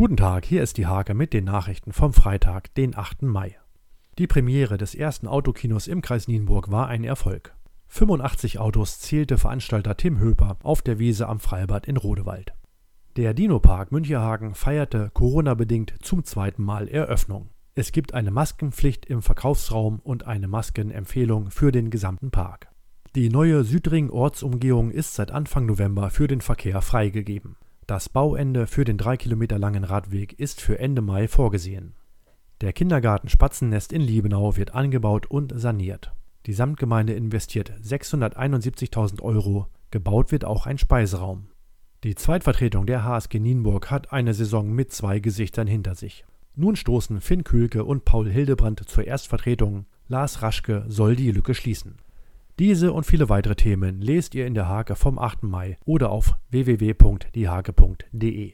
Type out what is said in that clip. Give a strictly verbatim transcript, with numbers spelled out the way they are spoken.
Guten Tag, hier ist die Hake mit den Nachrichten vom Freitag, den achten Mai. Die Premiere des ersten Autokinos im Kreis Nienburg war ein Erfolg. fünfundachtzig Autos zählte Veranstalter Tim Höper auf der Wiese am Freibad in Rodewald. Der Dino-Park Münchehagen feierte Corona-bedingt zum zweiten Mal Eröffnung. Es gibt eine Maskenpflicht im Verkaufsraum und eine Maskenempfehlung für den gesamten Park. Die neue Südring-Ortsumgehung ist seit Anfang November für den Verkehr freigegeben. Das Bauende für den drei Kilometer langen Radweg ist für Ende Mai vorgesehen. Der Kindergarten Spatzennest in Liebenau wird angebaut und saniert. Die Samtgemeinde investiert sechshunderteinundsiebzigtausend Euro, gebaut wird auch ein Speiseraum. Die Zweitvertretung der H S G Nienburg hat eine Saison mit zwei Gesichtern hinter sich. Nun stoßen Finn Kühlke und Paul Hildebrandt zur Erstvertretung. Lars Raschke soll die Lücke schließen. Diese und viele weitere Themen lest ihr in der Hake vom achten Mai oder auf w w w punkt die hake punkt de.